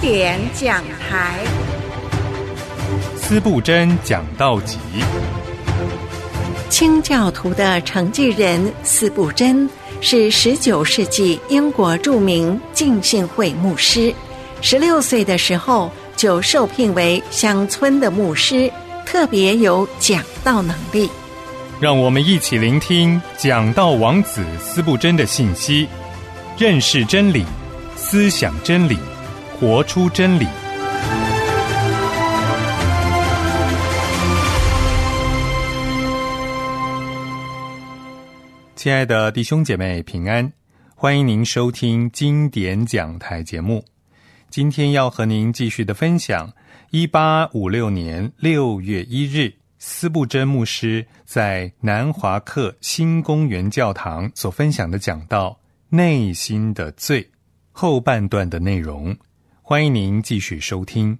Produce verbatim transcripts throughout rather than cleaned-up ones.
典讲台， 司布真讲道集。 清教徒的承继人司布真是十九世纪英国著名浸信会牧师，十六岁的时候就受聘为乡村的牧师，特别有讲道能力。 让我们一起聆听讲道王子司布真的信息，认识真理，思想真理，活出真理。亲爱的弟兄姐妹平安，欢迎您收听经典讲台节目。今天要和您继续的分享一八五六年六月一日司布真牧师在南华克新公园教堂所分享的讲道内心的罪后半段的内容，欢迎您继续收听。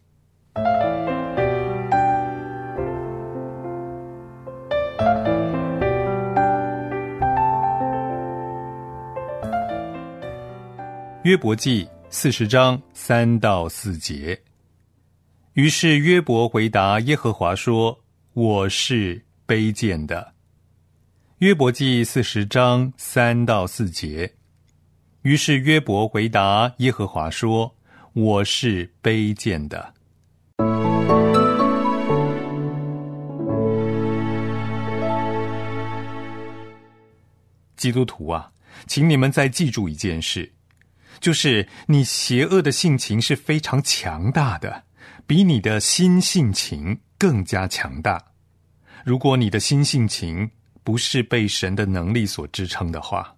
约伯记四十章三到四节。于是约伯回答耶和华说：我是卑贱的。约伯记四十章三到四节。于是约伯回答耶和华说：我是卑贱的。基督徒啊，请你们再记住一件事，就是你邪恶的性情是非常强大的，比你的新性情更加强大。如果你的新性情不是被神的能力所支撑的话，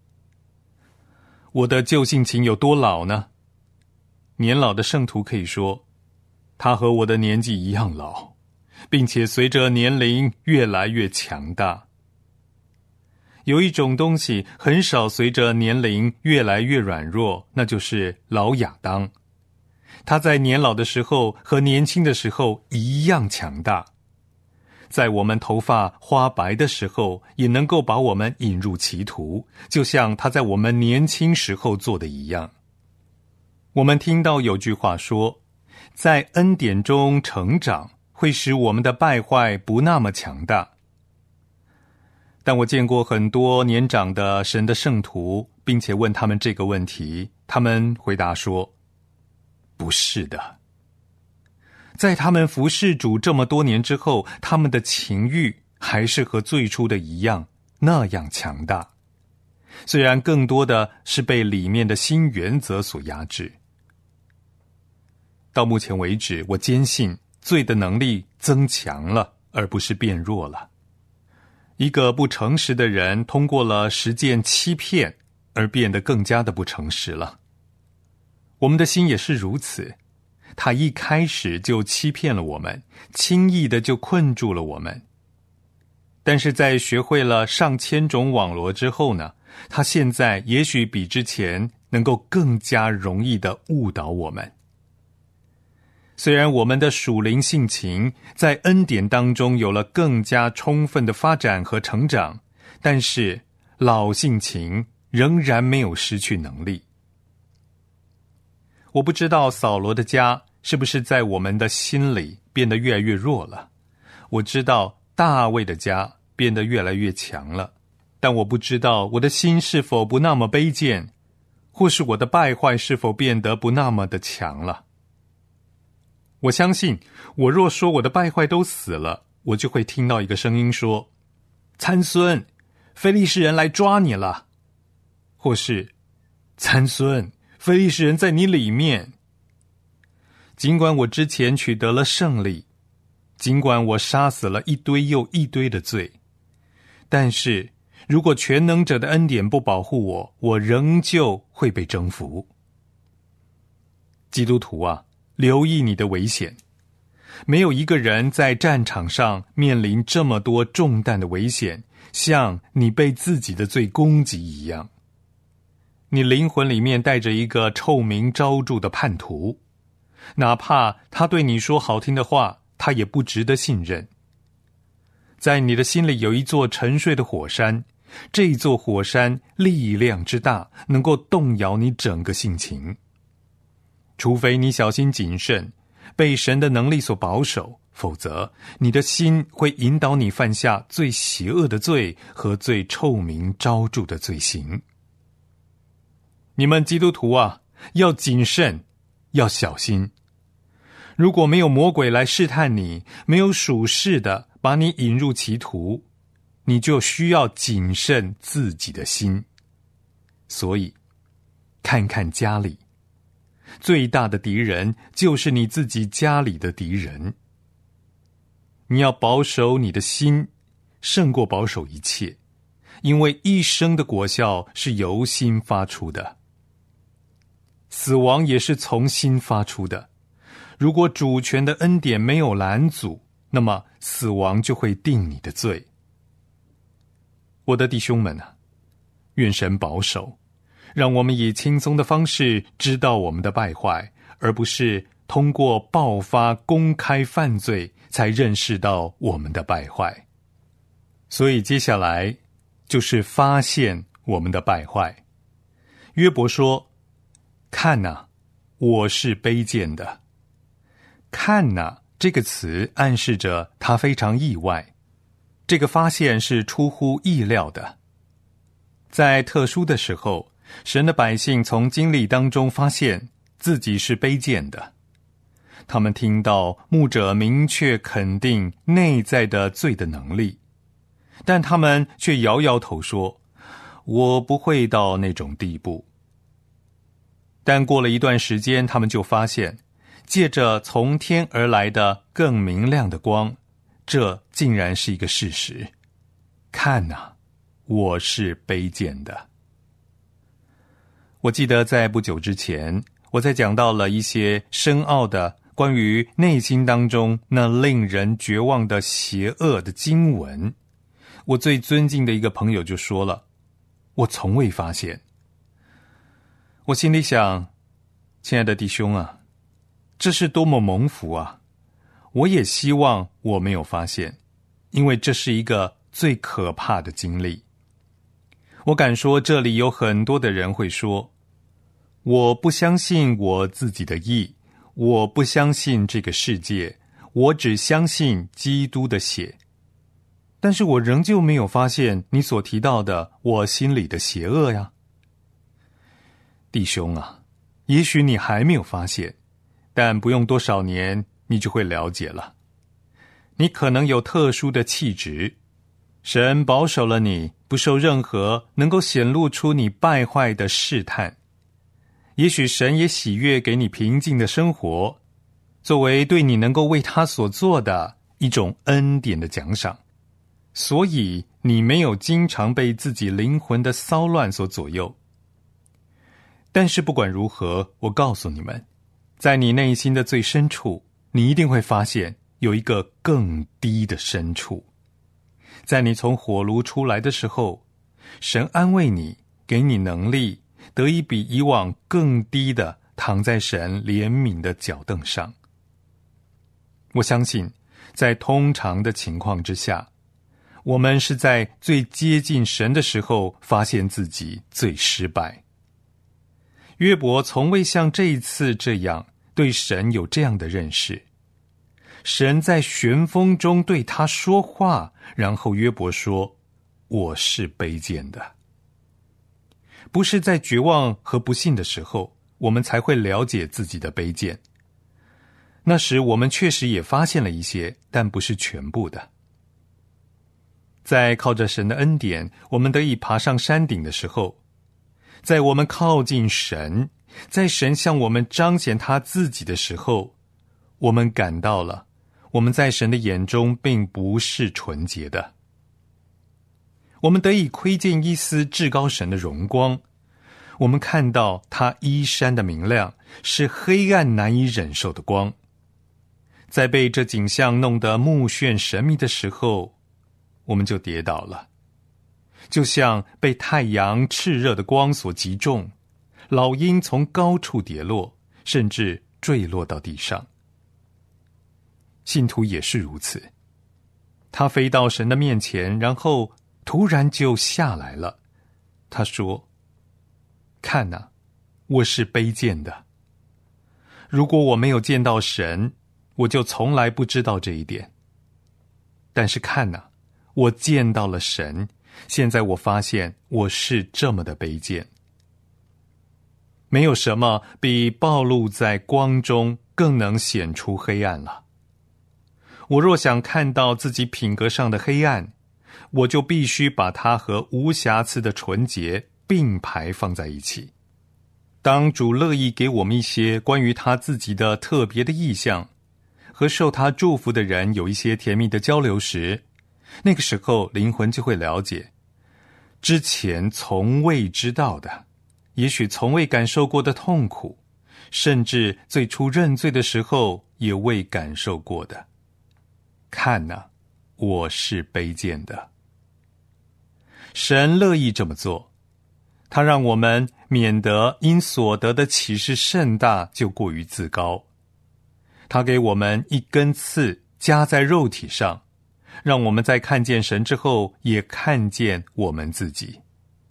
我的旧性情有多老呢？年老的圣徒可以说，他和我的年纪一样老，并且随着年龄越来越强大。有一种东西很少随着年龄越来越软弱，那就是老亚当。他在年老的时候和年轻的时候一样强大，在我们头发花白的时候也能够把我们引入歧途，就像他在我们年轻时候做的一样。我们听到有句话说，在恩典中成长会使我们的败坏不那么强大。但我见过很多年长的神的圣徒，并且问他们这个问题，他们回答说，不是的。在他们服侍主这么多年之后，他们的情欲还是和最初的一样，那样强大。虽然更多的是被里面的新原则所压制。到目前为止，我坚信罪的能力增强了，而不是变弱了。一个不诚实的人通过了实践欺骗而变得更加的不诚实了。我们的心也是如此，他一开始就欺骗了我们，轻易的就困住了我们。但是在学会了上千种网罗之后呢，他现在也许比之前能够更加容易的误导我们。虽然我们的属灵性情在恩典当中有了更加充分的发展和成长，但是老性情仍然没有失去能力。我不知道扫罗的家是不是在我们的心里变得越来越弱了，我知道大卫的家变得越来越强了，但我不知道我的心是否不那么卑贱，或是我的败坏是否变得不那么的强了。我相信，我若说我的败坏都死了，我就会听到一个声音说，参孙，非利士人来抓你了，或是参孙，非利士人在你里面。尽管我之前取得了胜利，尽管我杀死了一堆又一堆的罪，但是如果全能者的恩典不保护我，我仍旧会被征服。基督徒啊，留意你的危险。没有一个人在战场上面临这么多重担的危险，像你被自己的罪攻击一样。你灵魂里面带着一个臭名昭著的叛徒，哪怕他对你说好听的话，他也不值得信任。在你的心里有一座沉睡的火山，这座火山力量之大，能够动摇你整个性情。 除非你小心谨慎，被神的能力所保守，否则你的心会引导你犯下最邪恶的罪和最臭名昭著的罪行。你们基督徒啊，要谨慎，要小心。如果没有魔鬼来试探你，没有属世的把你引入歧途，你就需要谨慎自己的心。所以，看看家里，最大的敌人就是你自己家里的敌人。你要保守你的心，胜过保守一切，因为一生的果效是由心发出的。死亡也是从心发出的。如果主权的恩典没有拦阻，那么死亡就会定你的罪。我的弟兄们啊，愿神保守，让我们以轻松的方式知道我们的败坏，而不是通过爆发公开犯罪才认识到我们的败坏。所以接下来就是发现我们的败坏。约伯说，看哪，我是卑贱的。看哪，这个词暗示着他非常意外，这个发现是出乎意料的。在特殊的时候，神的百姓从经历当中发现自己是卑贱的。他们听到牧者明确肯定内在的罪的能力，但他们却摇摇头说，我不会到那种地步。但过了一段时间，他们就发现借着从天而来的更明亮的光，这竟然是一个事实。看哪，我是卑贱的。我记得在不久之前，我在讲到了一些深奥的关于内心当中那令人绝望的邪恶的经文。我最尊敬的一个朋友就说了，我从未发现。我心里想，亲爱的弟兄啊，这是多么蒙福啊！我也希望我没有发现，因为这是一个最可怕的经历。我敢说，这里有很多的人会说，我不相信我自己的义，我不相信这个世界，我只相信基督的血。但是我仍旧没有发现你所提到的我心里的邪恶呀。弟兄啊，也许你还没有发现，但不用多少年，你就会了解了。你可能有特殊的气质，神保守了你，不受任何能够显露出你败坏的试探。也许神也喜悦给你平静的生活，作为对你能够为他所做的一种恩典的奖赏。所以你没有经常被自己灵魂的骚乱所左右。但是不管如何，我告诉你们，在你内心的最深处，你一定会发现有一个更低的深处。在你从火炉出来的时候，神安慰你，给你能力，得以比以往更低的躺在神怜悯的脚凳上。我相信，在通常的情况之下，我们是在最接近神的时候发现自己最失败。约伯从未像这一次这样对神有这样的认识。神在旋风中对他说话，然后约伯说，我是卑贱的。不是在绝望和不幸的时候，我们才会了解自己的卑贱。那时我们确实也发现了一些，但不是全部的。在靠着神的恩典，我们得以爬上山顶的时候，在我们靠近神，在神向我们彰显他自己的时候，我们感到了我们在神的眼中并不是纯洁的。我们得以窥见一丝至高神的荣光，我们看到他衣衫的明亮，是黑暗难以忍受的光。在被这景象弄得目眩神迷的时候，我们就跌倒了，就像被太阳炽热的光所击中，老鹰从高处跌落，甚至坠落到地上。信徒也是如此，他飞到神的面前，然后突然就下来了。他说，看哪，我是卑贱的。 如果我没有见到神，我就从来不知道这一点。但是看哪，我见到了神，现在我发现我是这么的卑贱。没有什么比暴露在光中更能显出黑暗了。我若想看到自己品格上的黑暗，我就必须把它和无瑕疵的纯洁并排放在一起。当主乐意给我们一些关于他自己的特别的意象，和受他祝福的人有一些甜蜜的交流时，那个时候灵魂就会了解之前从未知道的，也许从未感受过的痛苦，甚至最初认罪的时候也未感受过的。看哪，我是卑贱的。神乐意这么做，他让我们免得因所得的启示甚大就过于自高。他给我们一根刺加在肉体上，让我们在看见神之后也看见我们自己。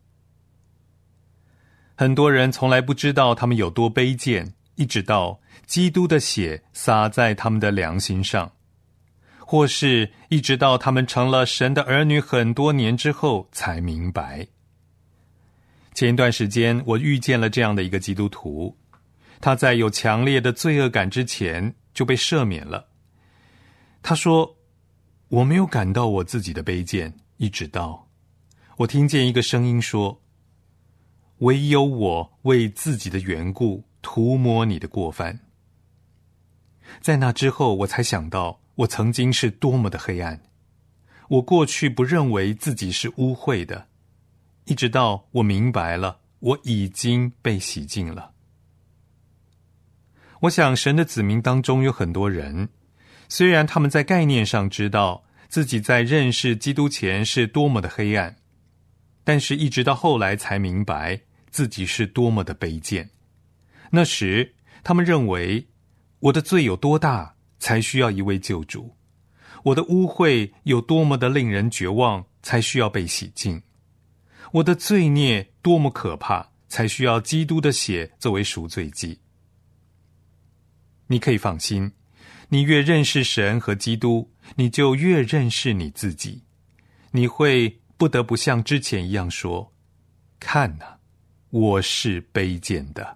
很多人从来不知道他们有多卑贱，一直到基督的血洒在他们的良心上，或是一直到他们成了神的儿女很多年之后才明白。前一段时间我遇见了这样的一个基督徒，他在有强烈的罪恶感之前就被赦免了。他说，我没有感到我自己的卑贱，一直到我听见一个声音说，唯有我为自己的缘故涂抹你的过犯。在那之后我才想到我曾经是多么的黑暗，我过去不认为自己是污秽的，一直到我明白了我已经被洗净了。我想神的子民当中有很多人，虽然他们在概念上知道自己在认识基督前是多么的黑暗，但是一直到后来才明白自己是多么的卑贱。那时他们认为我的罪有多大才需要一位救主，我的污秽有多么的令人绝望才需要被洗净，我的罪孽多么可怕才需要基督的血作为赎罪祭。你可以放心，你越认识神和基督，你就越认识你自己。你会不得不像之前一样说，看哪，我是卑贱的。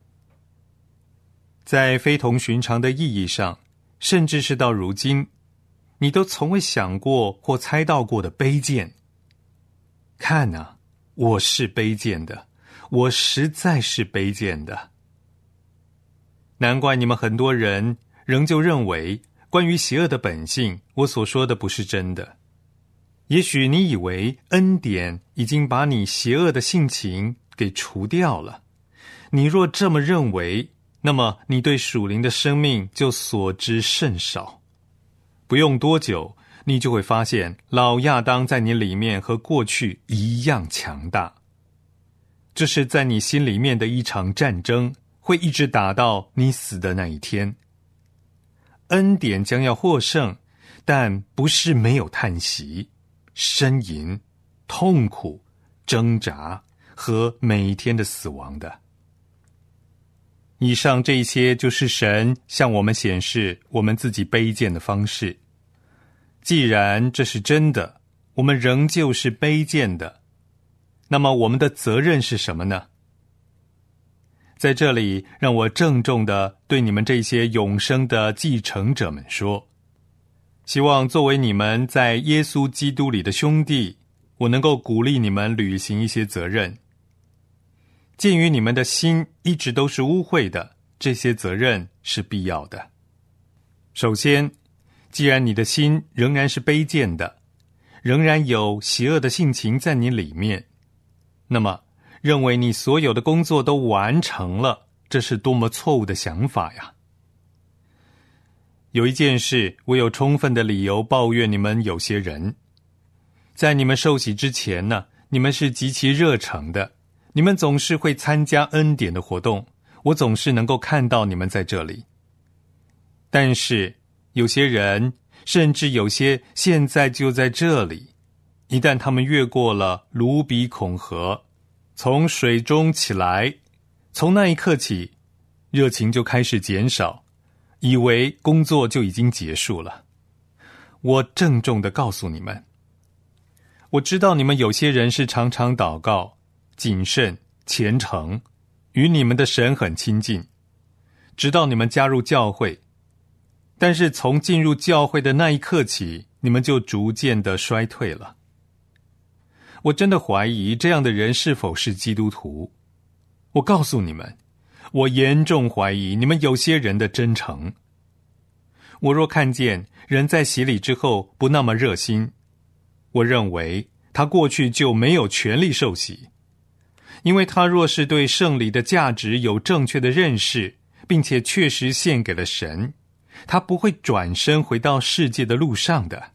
在非同寻常的意义上，甚至是到如今，你都从未想过或猜到过的卑贱。看哪，我是卑贱的，我实在是卑贱的。难怪你们很多人仍旧认为关于邪恶的本性，我所说的不是真的。也许你以为恩典已经把你邪恶的性情给除掉了，你若这么认为，那么你对属灵的生命就所知甚少。不用多久，你就会发现老亚当在你里面和过去一样强大。这是在你心里面的一场战争，会一直打到你死的那一天。恩典将要获胜，但不是没有叹息、呻吟、痛苦、挣扎和每天的死亡的。以上这些就是神向我们显示我们自己卑贱的方式。既然这是真的，我们仍旧是卑贱的，那么我们的责任是什么呢？在这里，让我郑重地对你们这些永生的继承者们说，希望作为你们在耶稣基督里的兄弟，我能够鼓励你们履行一些责任。鉴于你们的心一直都是污秽的，这些责任是必要的。首先，既然你的心仍然是卑贱的，仍然有邪恶的性情在你里面，那么认为你所有的工作都完成了，这是多么错误的想法呀！有一件事，我有充分的理由抱怨你们有些人。在你们受洗之前呢，你们是极其热诚的，你们总是会参加恩典的活动，我总是能够看到你们在这里。但是有些人，甚至有些现在就在这里，一旦他们越过了卢比孔河，从水中起来，从那一刻起， 热情就开始减少，以为工作就已经结束了。我郑重地告诉你们，我知道你们有些人是常常祷告、谨慎、虔诚，与你们的神很亲近，直到你们加入教会。但是从进入教会的那一刻起，你们就逐渐的衰退了。我真的怀疑这样的人是否是基督徒。我告诉你们，我严重怀疑你们有些人的真诚。我若看见人在洗礼之后不那么热心，我认为他过去就没有权利受洗。因为他若是对圣礼的价值有正确的认识，并且确实献给了神，他不会转身回到世界的路上的。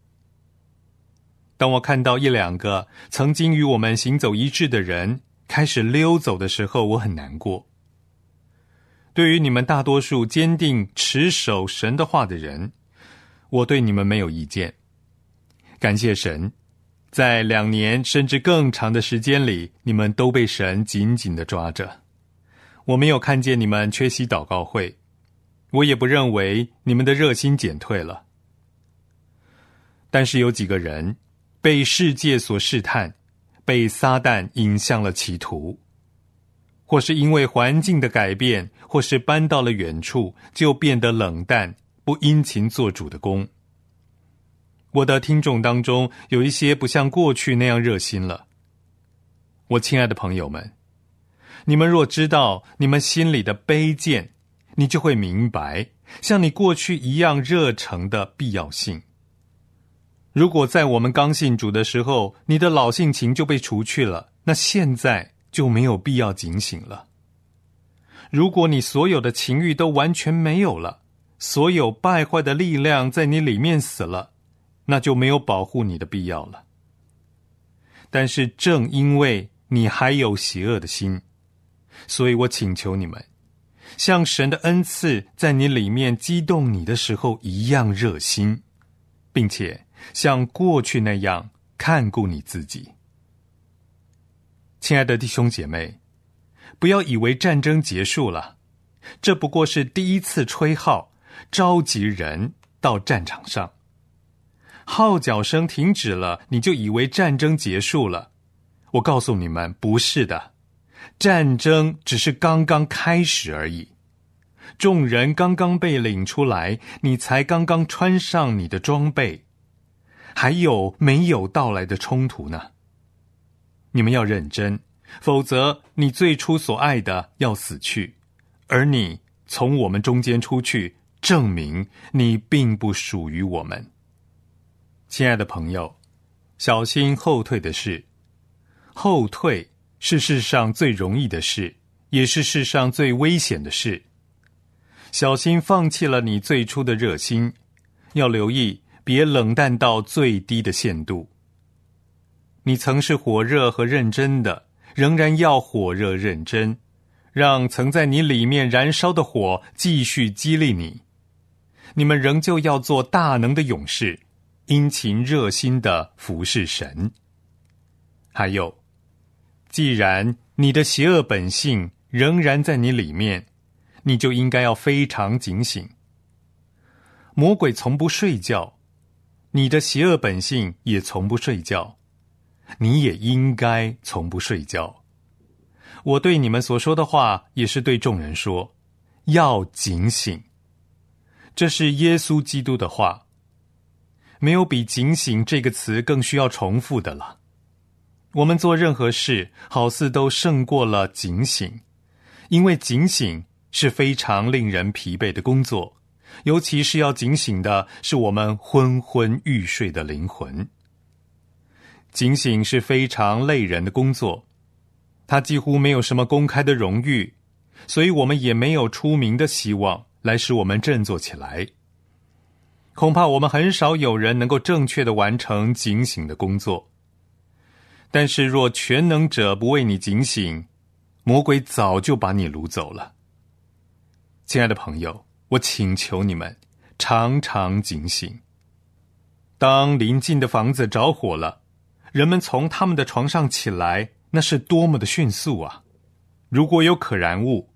当我看到一两个曾经与我们行走一致的人开始溜走的时候，我很难过。对于你们大多数坚定持守神的话的人，我对你们没有意见。感谢神，在两年甚至更长的时间里，你们都被神紧紧地抓着。我没有看见你们缺席祷告会，我也不认为你们的热心减退了。但是有几个人被世界所试探，被撒旦引向了歧途，或是因为环境的改变，或是搬到了远处，就变得冷淡，不殷勤做主的工。我的听众当中有一些不像过去那样热心了。我亲爱的朋友们，你们若知道你们心里的卑贱，你就会明白像你过去一样热诚的必要性。如果在我们刚信主的时候，你的老性情就被除去了，那现在就没有必要警醒了。如果你所有的情欲都完全没有了，所有败坏的力量在你里面死了，那就没有保护你的必要了。但是正因为你还有邪恶的心，所以我请求你们，像神的恩赐在你里面激动你的时候一样热心，并且像过去那样看顾你自己。亲爱的弟兄姐妹，不要以为战争结束了，这不过是第一次吹号，召集人到战场上。号角声停止了，你就以为战争结束了。我告诉你们，不是的，战争只是刚刚开始而已。众人刚刚被领出来，你才刚刚穿上你的装备，还有没有到来的冲突呢？你们要认真，否则你最初所爱的要死去，而你从我们中间出去，证明你并不属于我们。亲爱的朋友，小心后退的事。后退是世上最容易的事，也是世上最危险的事。小心放弃了你最初的热心，要留意别冷淡到最低的限度。你曾是火热和认真的，仍然要火热认真，让曾在你里面燃烧的火继续激励你。你们仍旧要做大能的勇士，殷勤热心的服侍神。还有，既然你的邪恶本性仍然在你里面，你就应该要非常警醒。魔鬼从不睡觉，你的邪恶本性也从不睡觉，你也应该从不睡觉。我对你们所说的话，也是对众人说，要警醒。这是耶稣基督的话，没有比警醒这个词更需要重复的了。我们做任何事，好似都胜过了警醒，因为警醒是非常令人疲惫的工作，尤其是要警醒的是我们昏昏欲睡的灵魂。警醒是非常累人的工作，它几乎没有什么公开的荣誉，所以我们也没有出名的希望来使我们振作起来。恐怕我们很少有人能够正确地完成警醒的工作。但是若全能者不为你警醒，魔鬼早就把你掳走了。亲爱的朋友，我请求你们常常警醒。当邻近的房子着火了，人们从他们的床上起来，那是多么的迅速啊！如果有可燃物，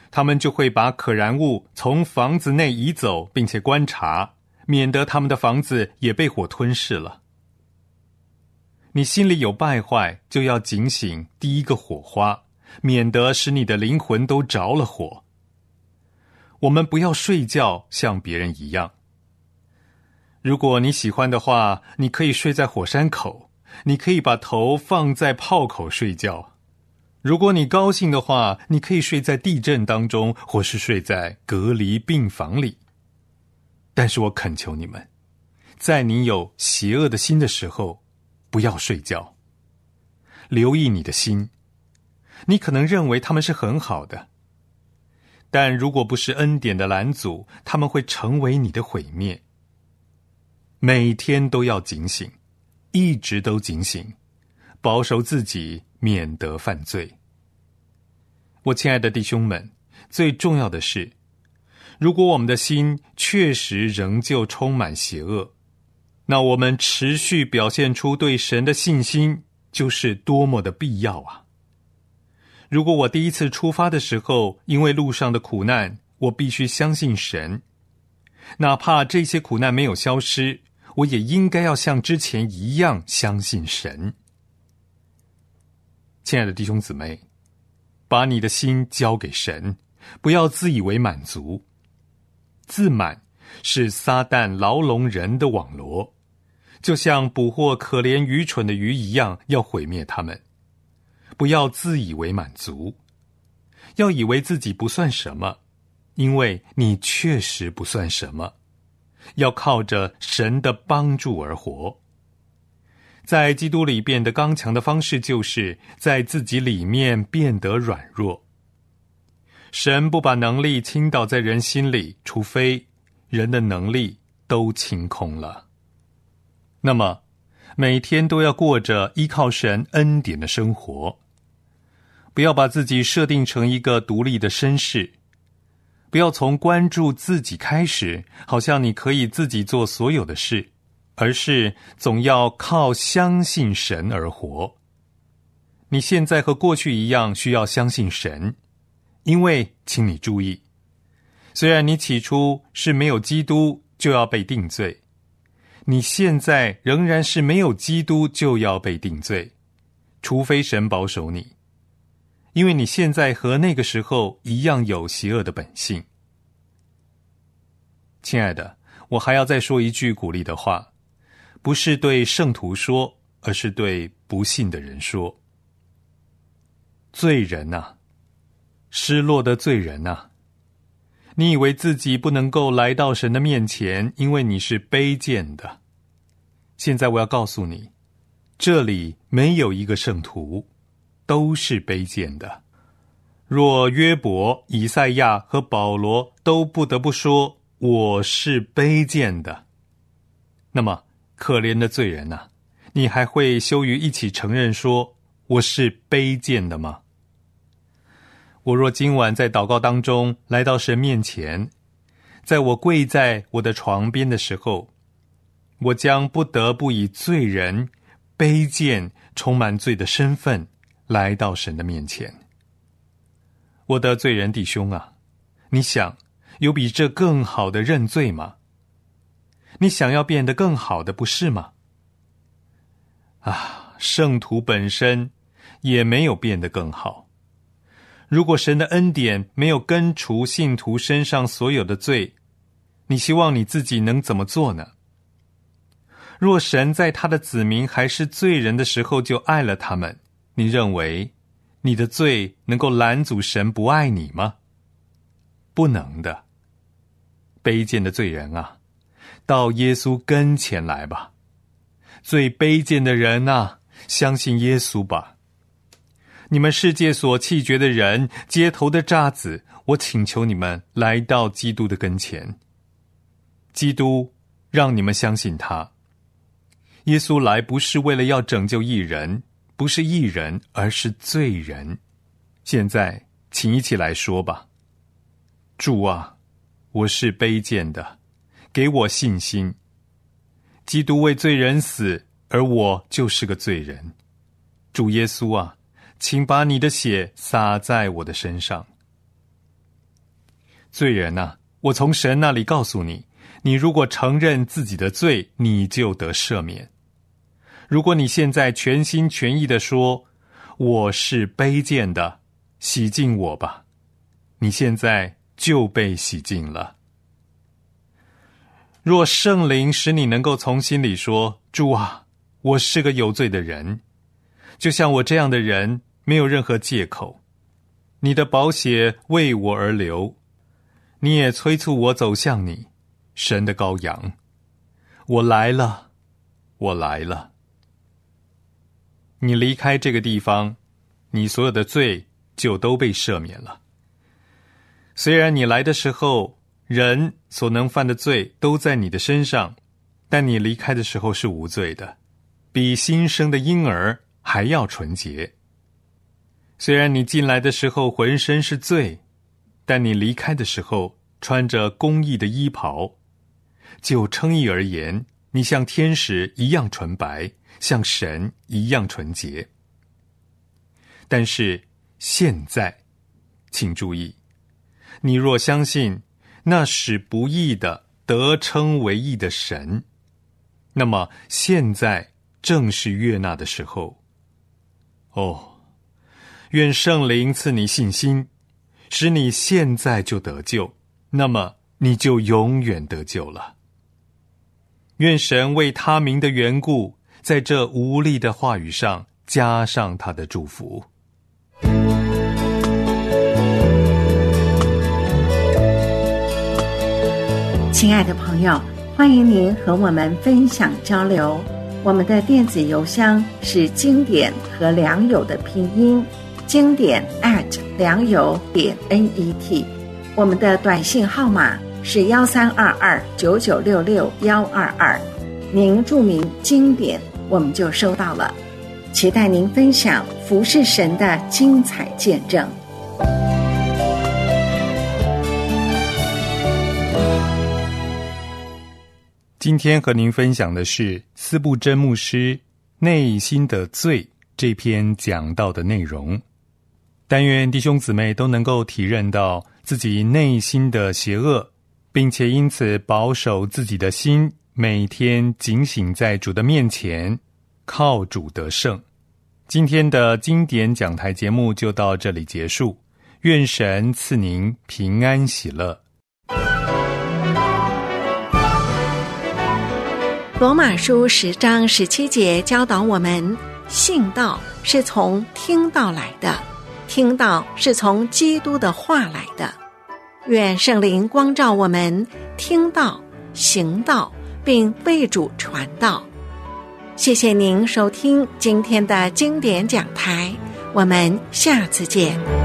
他们就会把可燃物从房子内移走，并且观察，免得他们的房子也被火吞噬了。你心里有败坏，就要警醒第一个火花，免得使你的灵魂都着了火。我们不要睡觉像别人一样。如果你喜欢的话，你可以睡在火山口，你可以把头放在炮口睡觉。如果你高兴的话，你可以睡在地震当中，或是睡在隔离病房里。但是我恳求你们，在你有邪恶的心的时候，不要睡觉。留意你的心，你可能认为他们是很好的，但如果不是恩典的拦阻，他们会成为你的毁灭。每天都要警醒，一直都警醒，保守自己，免得犯罪。我亲爱的弟兄们，最重要的是，如果我们的心确实仍旧充满邪恶，那我们持续表现出对神的信心，就是多么的必要啊！如果我第一次出发的时候，因为路上的苦难，我必须相信神，哪怕这些苦难没有消失，我也应该要像之前一样相信神。亲爱的弟兄姊妹，把你的心交给神，不要自以为满足。自满是撒旦牢笼人的网罗，就像捕获可怜愚蠢的鱼一样，要毁灭他们。不要自以为满足，要以为自己不算什么，因为你确实不算什么。要靠着神的帮助而活。在基督里变得刚强的方式，就是在自己里面变得软弱。神不把能力倾倒在人心里，除非人的能力都清空了。那么每天都要过着依靠神恩典的生活，不要把自己设定成一个独立的绅士，不要从关注自己开始，好像你可以自己做所有的事，而是总要靠相信神而活。你现在和过去一样需要相信神，因为请你注意，虽然你起初是没有基督就要被定罪，你现在仍然是没有基督就要被定罪，除非神保守你，因为你现在和那个时候一样有邪恶的本性。亲爱的，我还要再说一句鼓励的话，不是对圣徒说，而是对不信的人说。罪人啊，失落的罪人啊，你以为自己不能够来到神的面前，因为你是卑贱的。现在我要告诉你，这里没有一个圣徒，都是卑贱的。若约伯、以赛亚和保罗都不得不说我是卑贱的，那么可怜的罪人啊，你还会羞于一起承认说我是卑贱的吗？我若今晚在祷告当中来到神面前，在我跪在我的床边的时候，我将不得不以罪人、卑贱、充满罪的身份来到神的面前。我的罪人弟兄啊，你想有比这更好的认罪吗？你想要变得更好的，不是吗？啊，圣徒本身也没有变得更好。如果神的恩典没有根除信徒身上所有的罪，你希望你自己能怎么做呢？若神在他的子民还是罪人的时候就爱了他们，你认为你的罪能够拦阻神不爱你吗？不能的。卑贱的罪人啊，到耶稣跟前来吧。最卑贱的人啊，相信耶稣吧。你们世界所弃绝的人，街头的渣子，我请求你们来到基督的跟前。基督让你们相信他。耶稣来不是为了要拯救义人，不是义人，而是罪人。现在请一起来说吧。主啊，我是卑贱的，给我信心。基督为罪人死，而我就是个罪人。主耶稣啊，请把你的血洒在我的身上。 罪人啊，我从神那里告诉你，你如果承认自己的罪，你就得赦免。如果你现在全心全意地说，我是卑贱的，洗净我吧，你现在就被洗净了。若圣灵使你能够从心里说，主啊，我是个有罪的人，就像我这样的人没有任何借口，你的宝血为我而流，你也催促我走向你，神的羔羊。我来了，我来了。你离开这个地方，你所有的罪就都被赦免了。虽然你来的时候，人所能犯的罪都在你的身上，但你离开的时候是无罪的，比新生的婴儿还要纯洁。虽然你进来的时候浑身是罪，但你离开的时候穿着公义的衣袍。就称义而言，你像天使一样纯白，像神一样纯洁。但是现在，请注意，你若相信那使不义的得称为义的神，那么现在正是悦纳的时候。哦，愿圣灵赐你信心，使你现在就得救，那么你就永远得救了。愿神为他名的缘故，在这无力的话语上加上他的祝福。 亲爱的朋友，欢迎您和我们分享交流。我们的电子邮箱是经典和良友的拼音，经典 at 良友点 net。我们的短信号码是幺三二二九九六六幺二二，您注明经典，我们就收到了。期待您分享服侍神的精彩见证。 今天和您分享的是司布真牧师《内心的罪》这篇讲到的内容。但愿弟兄姊妹都能够体认到自己内心的邪恶，并且因此保守自己的心，每天警醒在主的面前，靠主得胜。今天的经典讲台节目就到这里结束，愿神赐您平安喜乐。 罗马书十章十七节教导我们，信道是从听道来的，听道是从基督的话来的。愿圣灵光照我们，听道、行道，并为主传道。谢谢您收听今天的经典讲台，我们下次见。